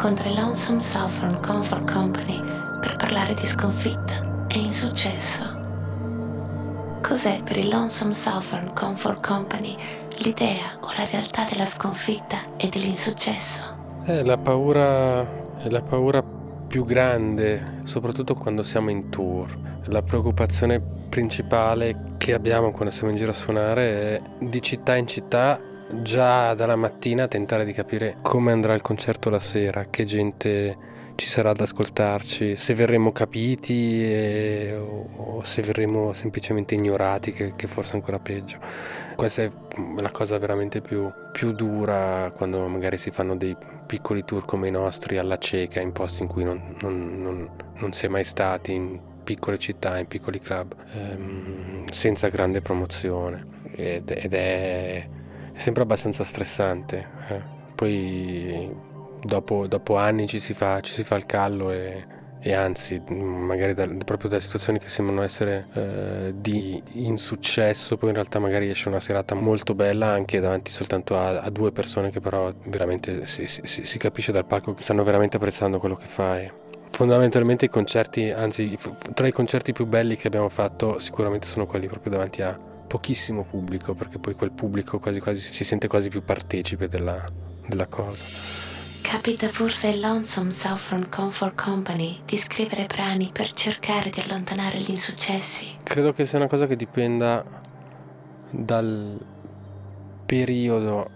incontra il Lonesome Southern Comfort Company per parlare di sconfitta e insuccesso. Cos'è per il Lonesome Southern Comfort Company l'idea o la realtà della sconfitta e dell'insuccesso? È la paura più grande, soprattutto quando siamo in tour. La preoccupazione principale che abbiamo quando siamo in giro a suonare è di città in città, già dalla mattina tentare di capire come andrà il concerto la sera, che gente ci sarà ad ascoltarci, se verremo capiti o se verremo semplicemente ignorati, che forse è ancora peggio. Questa è la cosa veramente più dura quando magari si fanno dei piccoli tour come i nostri alla cieca, in posti in cui non si è mai stati, in piccole città, in piccoli club, senza grande promozione, ed è sempre abbastanza stressante. Poi dopo anni ci si fa il callo e anzi magari proprio da situazioni che sembrano essere di insuccesso, poi in realtà magari esce una serata molto bella anche davanti soltanto a due persone che però veramente si capisce dal palco che stanno veramente apprezzando quello che fai. Fondamentalmente i concerti, anzi tra i concerti più belli che abbiamo fatto sicuramente sono quelli proprio davanti a pochissimo pubblico, perché poi quel pubblico quasi si sente quasi più partecipe della cosa. Capita forse al Lonesome Southern Comfort Company di scrivere brani per cercare di allontanare gli insuccessi? Credo che sia una cosa che dipenda dal periodo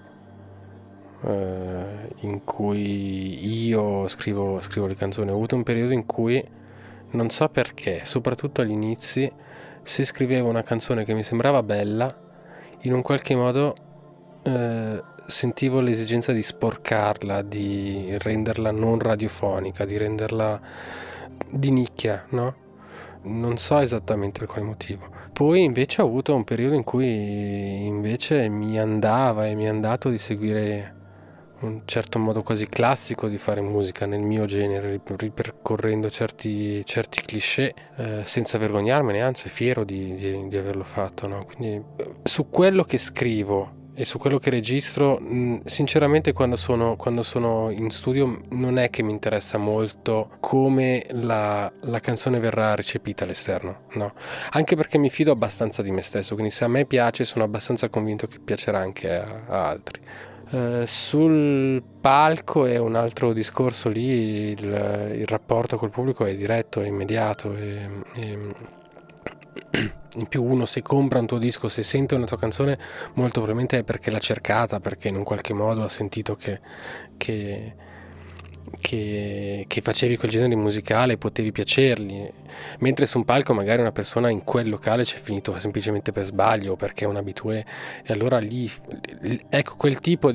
in cui io scrivo le canzoni. Ho avuto un periodo in cui non so perché, soprattutto agli inizi, se scrivevo una canzone che mi sembrava bella, in un qualche modo sentivo l'esigenza di sporcarla, di renderla non radiofonica, di renderla di nicchia, no? Non so esattamente per quale motivo. Poi invece ho avuto un periodo in cui invece mi è andato di seguire un certo modo quasi classico di fare musica nel mio genere, ripercorrendo certi cliché, senza vergognarmene, anzi fiero di averlo fatto, no? Quindi su quello che scrivo e su quello che registro, sinceramente quando sono in studio non è che mi interessa molto come la canzone verrà recepita all'esterno, no? Anche perché mi fido abbastanza di me stesso, quindi se a me piace sono abbastanza convinto che piacerà anche a altri. Sul palco è un altro discorso, lì il rapporto col pubblico è diretto, è immediato e in più uno se compra un tuo disco, se sente una tua canzone molto probabilmente è perché l'ha cercata, perché in un qualche modo ha sentito che, che facevi quel genere musicale e potevi piacergli, mentre su un palco magari una persona in quel locale c'è finito semplicemente per sbaglio o perché è un habitué, e allora lì ecco quel tipo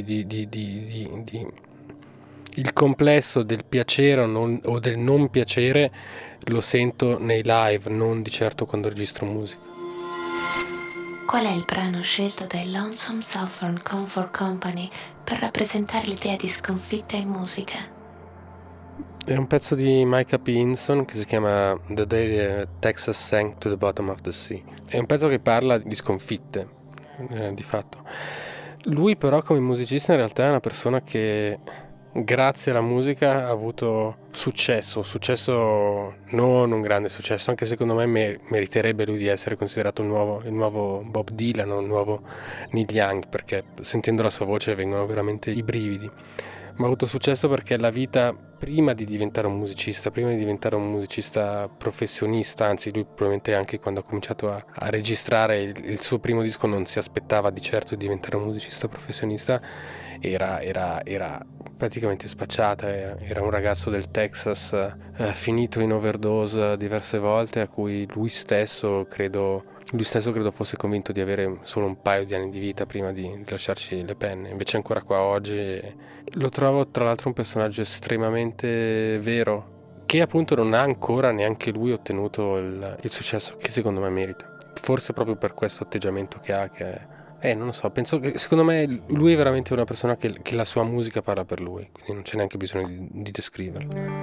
il complesso del piacere o del non piacere lo sento nei live, non di certo quando registro musica. Qual è il brano scelto dai Lonesome Southern Comfort Company per rappresentare l'idea di sconfitta in musica? È un pezzo di Micah P. Hinson che si chiama The Day Texas Sank to the Bottom of the Sea. È un pezzo che parla di sconfitte, di fatto. Lui però come musicista in realtà è una persona che grazie alla musica ha avuto successo non un grande successo, anche secondo me meriterebbe lui di essere considerato il nuovo Bob Dylan o il nuovo Neil Young, perché sentendo la sua voce vengono veramente i brividi. Ma ha avuto successo perché la vita prima di diventare un musicista professionista, anzi lui probabilmente anche quando ha cominciato a registrare il suo primo disco non si aspettava di certo di diventare un musicista professionista, era praticamente spacciata, era un ragazzo del Texas finito in overdose diverse volte, a cui lui stesso credo fosse convinto di avere solo un paio di anni di vita prima di lasciarci le penne, invece è ancora qua oggi e lo trovo tra l'altro un personaggio estremamente vero, che appunto non ha ancora neanche lui ottenuto il successo che secondo me merita, forse proprio per questo atteggiamento che ha, non lo so, penso che secondo me lui è veramente una persona che la sua musica parla per lui, quindi non c'è neanche bisogno di descriverla.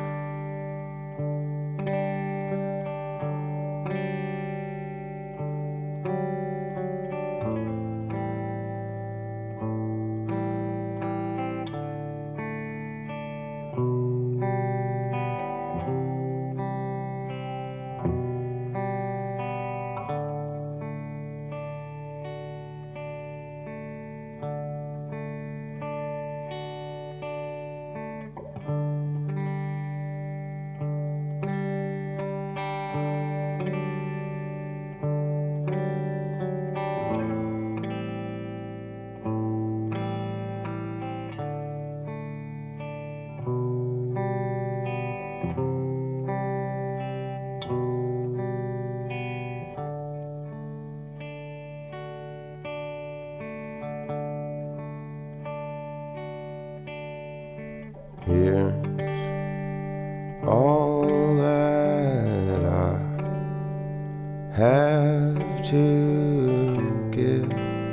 have to give.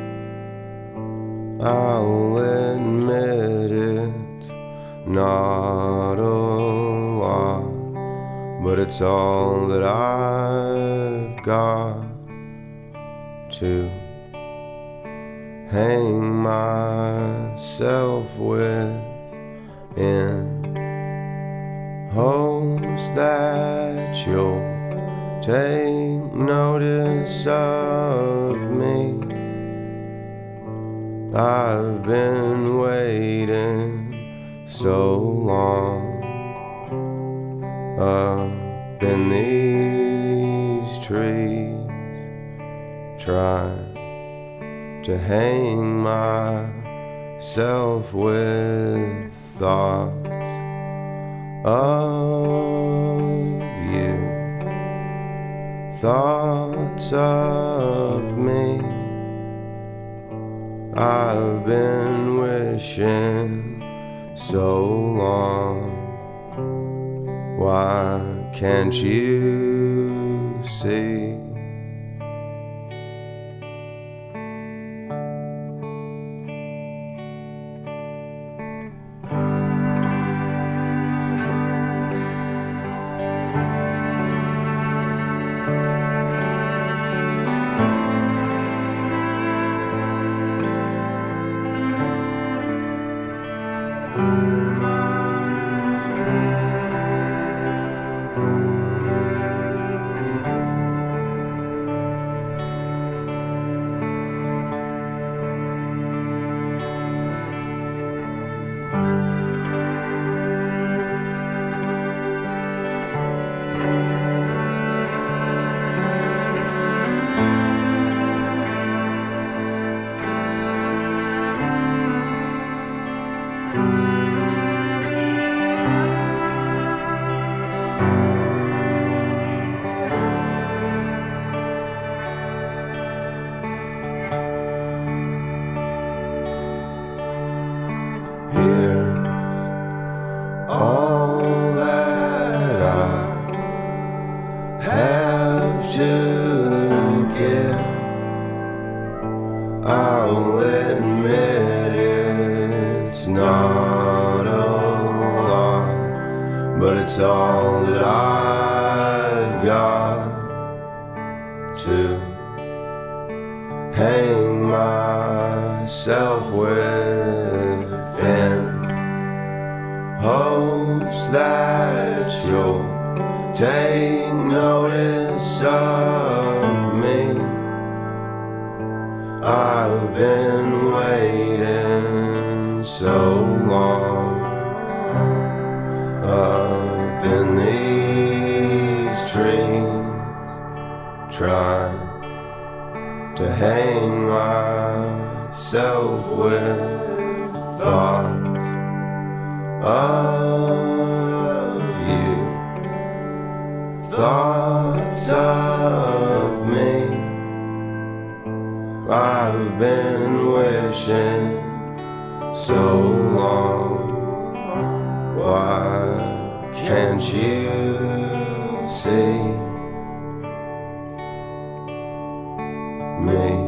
I'll admit it's not a lot, but it's all that I've got to hang myself with, in hopes that you'll take notice of me. I've been waiting so long up in these trees, trying to hang myself with thoughts of you, thoughts of me. I've been wishing so long. Why can't you see? I'll admit it's not a lot, but it's all that I've got to hang myself within hopes that you'll take notice of me. I've been waiting so long up in these trees, trying to hang myself with thoughts of you, thoughts of me. I've been wishing so long. Why can't you see me?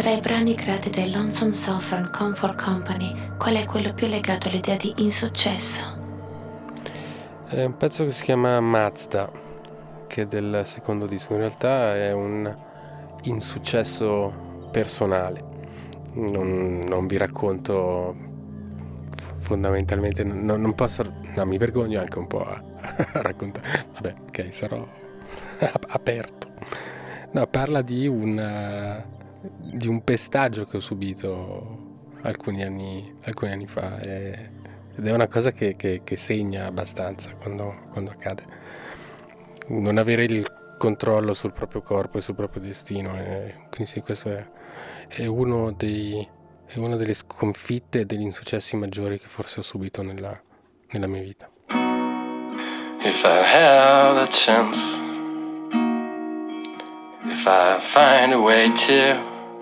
Tra i brani creati dai Lonesome Southern Comfort Company, qual è quello più legato all'idea di insuccesso? È un pezzo che si chiama Mazda, che è del secondo disco. In realtà è un insuccesso personale. Non vi racconto fondamentalmente, non posso, no, mi vergogno anche un po' a raccontare. Vabbè, ok, sarò aperto. No, parla di un pestaggio che ho subito alcuni anni fa ed è una cosa che segna abbastanza quando accade. Non avere il controllo sul proprio corpo e sul proprio destino, quindi sì, questo è una delle sconfitte e degli insuccessi maggiori che forse ho subito nella mia vita. If I have a chance, if I find a way to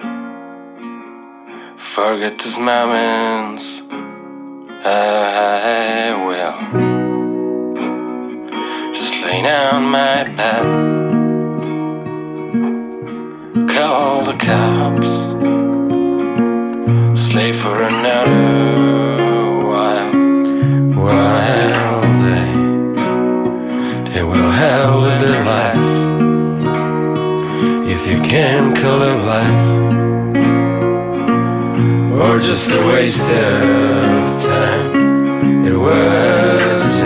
forget these moments, I will just lay down my bed, call the cops, slay for another while they will have lived their life. If you can call it life, or just a waste of time, it was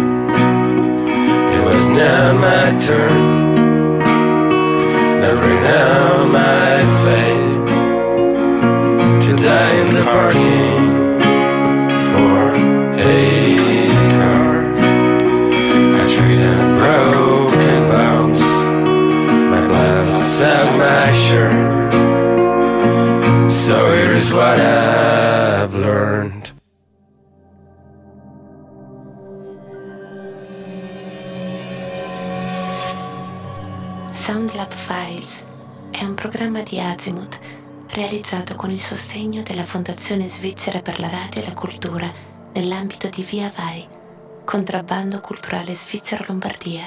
now my turn. Now bring out my fate to die in the parking for a car. I traded broken bones, my glass and my shirt. So here's what I've learned. Sound Lab Files è un programma di Azimuth realizzato con il sostegno della Fondazione Svizzera per la Radio e la Cultura nell'ambito di Via Vai, contrabbando culturale Svizzera Lombardia.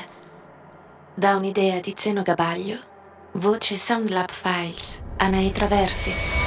Da un'idea di Zeno Gabaglio, voce Sound Lab Files, Anai Traversi.